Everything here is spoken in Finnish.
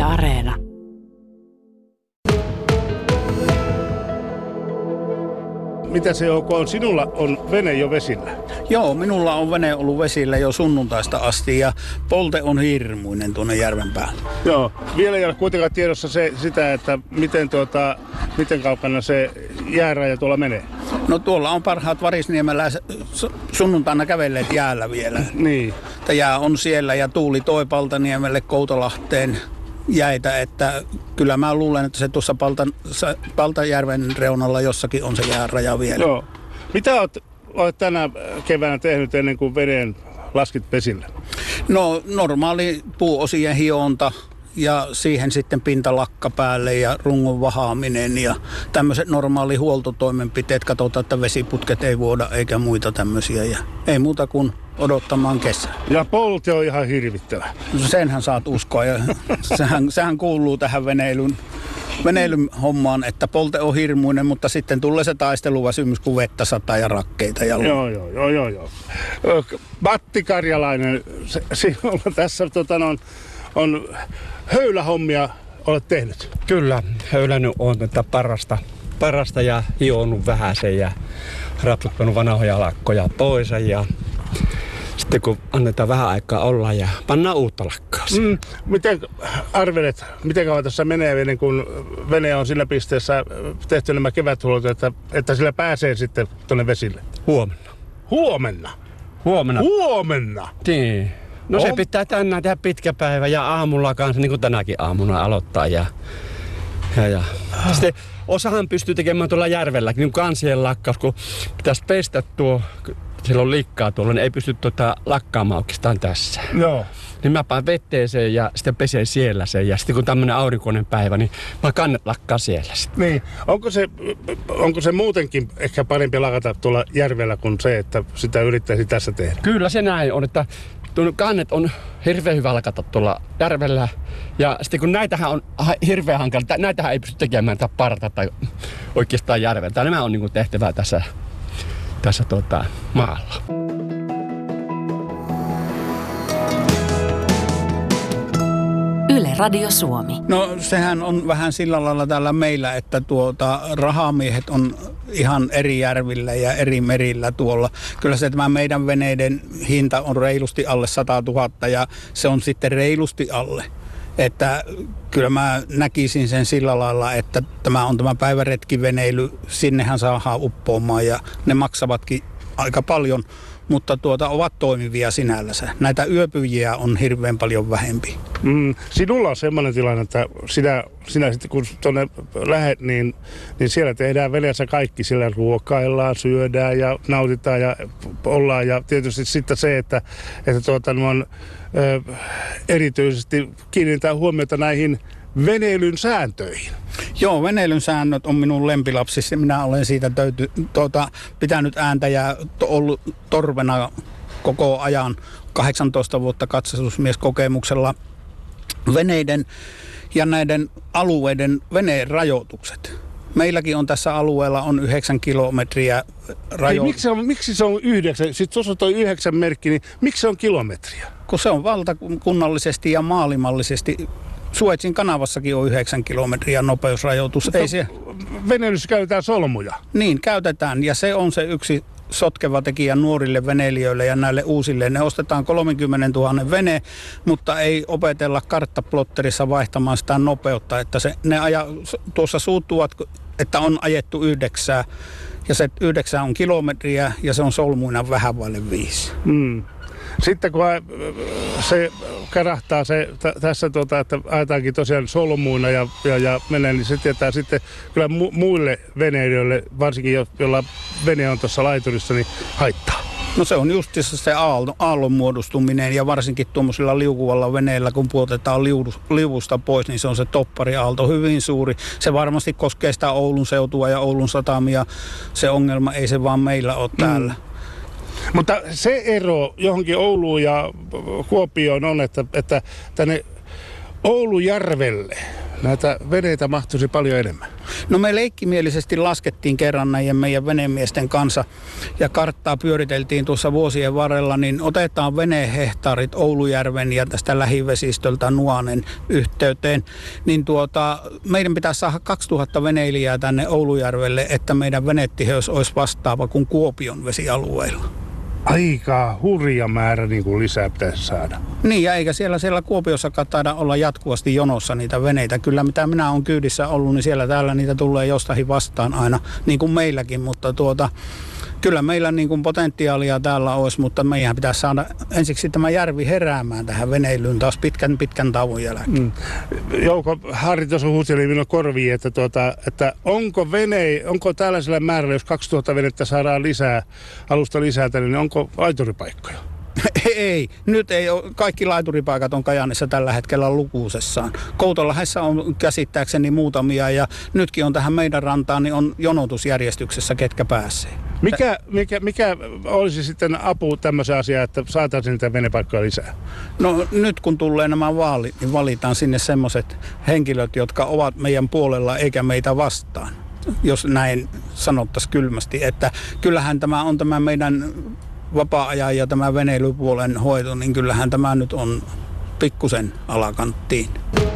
Areena. Mitä se on? Sinulla on vene jo vesillä? Joo, minulla on vene ollut vesillä jo sunnuntaista asti ja polte on hirmuinen tuonne järven päällä. Joo, vielä ei ole kuitenkaan tiedossa sitä, että miten kaukana se jääraja tuolla menee. No tuolla on parhaat Varisniemellä sunnuntaina kävelleet jäällä vielä. Niin. Jää on siellä ja tuuli toi Paltaniemelle Koutolahteen jäitä, että kyllä mä luulen, että se tuossa Paltajärven reunalla jossakin on se jääraja vielä. Joo. Mitä olet tänä keväänä tehnyt ennen kuin veneen laskit vesille? No normaali puuosien hionta ja siihen sitten pintalakka päälle ja rungon vahaaminen ja tämmöiset normaali huoltotoimenpiteet. Katsotaan, että vesiputket ei vuoda eikä muita tämmöisiä ja ei muuta kuin odottamaan kesää. Ja polte on ihan hirvittävä. Senhän saat uskoa ja sehän kuuluu tähän veneilyn hommaan, että polte on hirmuinen, mutta sitten tulee se taisteluväsymys, kun vettä sataa ja rakkeita. Ja Joo. Matti Karjalainen, sinulla tässä on höylähommia olet tehnyt. Kyllä, höylännyt on tätä parasta ja hionut vähäsen ja rapsuttanut vanhoja lakkoja pois ja sitten kun annetaan vähän aikaa olla ja pannaan uutta lakkaa. Miten arvelet, miten kauan tässä menee ennen kuin vene on sillä pisteessä tehty nämä keväthuollot, että sillä pääsee sitten tuonne vesille? Huomenna. Niin. No se pitää tänään tehdä pitkä päivä ja aamulla kanssa, niin kuin tänäkin aamuna aloittaa. Ja. Sitten osahan pystyy tekemään tuolla järvelläkin, niin kansien lakkaus, kun pitäisi pestä sillä on likkaa tuolla, niin ei pysty lakkaamaan oikeastaan tässä. Joo. Niin mä panen vetteeseen ja sitten pesen siellä sen. Ja sitten kun tämmönen aurinkoinen päivä, niin mä kannet lakkaa siellä sitten. Niin. Onko se muutenkin ehkä parempi lakata tuolla järvellä kuin se, että sitä yrittäisi tässä tehdä? Kyllä se näin on, että kannet on hirveän hyvä lakata tuolla järvellä. Ja sitten kun näitähän on hirveän hankala, näitähän ei pysty tekemään tätä parta tai oikeastaan järveltä. Nämä on niin tehtävää tässä maalla. Yle Radio Suomi. No sehän on vähän sillä lailla täällä meillä, että rahamiehet on ihan eri järvillä ja eri merillä tuolla. Kyllä se tämä meidän veneiden hinta on reilusti alle 100 000 ja se on sitten reilusti alle. Että kyllä mä näkisin sen sillä lailla, että tämä on tämä päiväretkiveneily, sinnehän saadaan uppoamaan ja ne maksavatkin aika paljon, mutta ovat toimivia sinällänsä. Näitä yöpyjiä on hirveän paljon vähempi. Sinulla on semmoinen tilanne, että sinä sitten kun tuonne lähet, niin siellä tehdään veneessä kaikki. Siellä ruokaillaan, syödään ja nautitaan ja ollaan. Ja tietysti sitten se, että erityisesti kiinnitetään huomiota näihin veneilyn sääntöihin. Joo, veneilyn säännöt on minun lempilapsissa. Minä olen siitä pitänyt ääntä ja ollut torvena koko ajan 18 vuotta katsastusmieskokemuksella veneiden ja näiden alueiden veneen rajoitukset. Meilläkin on tässä alueella on 9 kilometriä rajoitus. Miksi se on 9? Sitten tuossa toi 9 merkki, niin miksi se on kilometriä? Kun se on valtakunnallisesti ja maailmallisesti. Suetsin kanavassakin on 9 kilometriä nopeusrajoitus. Veneilyssä käytetään solmuja. Niin, käytetään. Ja se on se yksi sotkeva tekijä nuorille veneilijöille ja näille uusille. Ne ostetaan 30 000 vene, mutta ei opetella karttaplotterissa vaihtamaan sitä nopeutta. Että tuossa suuttuvat, että on ajettu 9 ja se 9 on kilometriä ja se on solmuina vähän vaille 5. Sitten kun se karahtaa tässä, että ajetaankin tosiaan solmuina ja menee, niin se tietää sitten kyllä muille veneilijöille, varsinkin jolla vene on tuossa laiturissa, niin haittaa. No se on justissa se aallon muodostuminen ja varsinkin tuommoisilla liukuvalla veneellä, kun puotetaan liuvusta pois, niin se on se toppariaalto hyvin suuri. Se varmasti koskee sitä Oulun seutua ja Oulun satamia. Se ongelma ei se vaan meillä ole täällä. Mutta se ero johonkin Ouluun ja Kuopioon on, että tänne Oulujärvelle näitä veneitä mahtuisi paljon enemmän. No me leikkimielisesti laskettiin kerran näiden meidän venemiesten kanssa ja karttaa pyöriteltiin tuossa vuosien varrella, niin otetaan venehehtaarit Oulujärven ja tästä lähivesistöltä Nuanen yhteyteen, niin meidän pitäisi saada 2000 veneilijää tänne Oulujärvelle, että meidän venetiheys olisi vastaava kuin Kuopion vesialueilla. Aika hurja määrä niin kuin lisää pitäisi saada. Niin, ja eikä siellä Kuopiossakaan taida olla jatkuvasti jonossa niitä veneitä. Kyllä mitä minä olen kyydissä ollut, niin siellä täällä niitä tulee jostakin vastaan aina, niin kuin meilläkin. Mutta kyllä meillä niin kuin potentiaalia täällä olisi, mutta meidän pitäisi saada ensiksi tämä järvi heräämään tähän veneilyyn taas pitkän tauon jälkeen. Jouko Harri tuossa huuteli minun korviin, että onko tällaisella määrällä, jos 2000 venettä saadaan alusta lisää tänne, niin onko laituripaikkoja? Ei. Nyt ei ole. Kaikki laituripaikat on Kajaanissa tällä hetkellä lukuisessaan. Koutolahdessa on käsittääkseni muutamia ja nytkin on tähän meidän rantaan, niin on jonotusjärjestyksessä, ketkä pääsee. Mikä olisi sitten apu tämmöisen asiaan, että saataisiin niitä venepaikkoja lisää? No nyt kun tulee nämä vaalit, niin valitaan sinne semmoiset henkilöt, jotka ovat meidän puolella eikä meitä vastaan. Jos näin sanottaisiin kylmästi, että kyllähän tämä on tämä meidän vapaa-ajan ja tämä veneilypuolen hoito, niin kyllähän tämä nyt on pikkusen alakanttiin.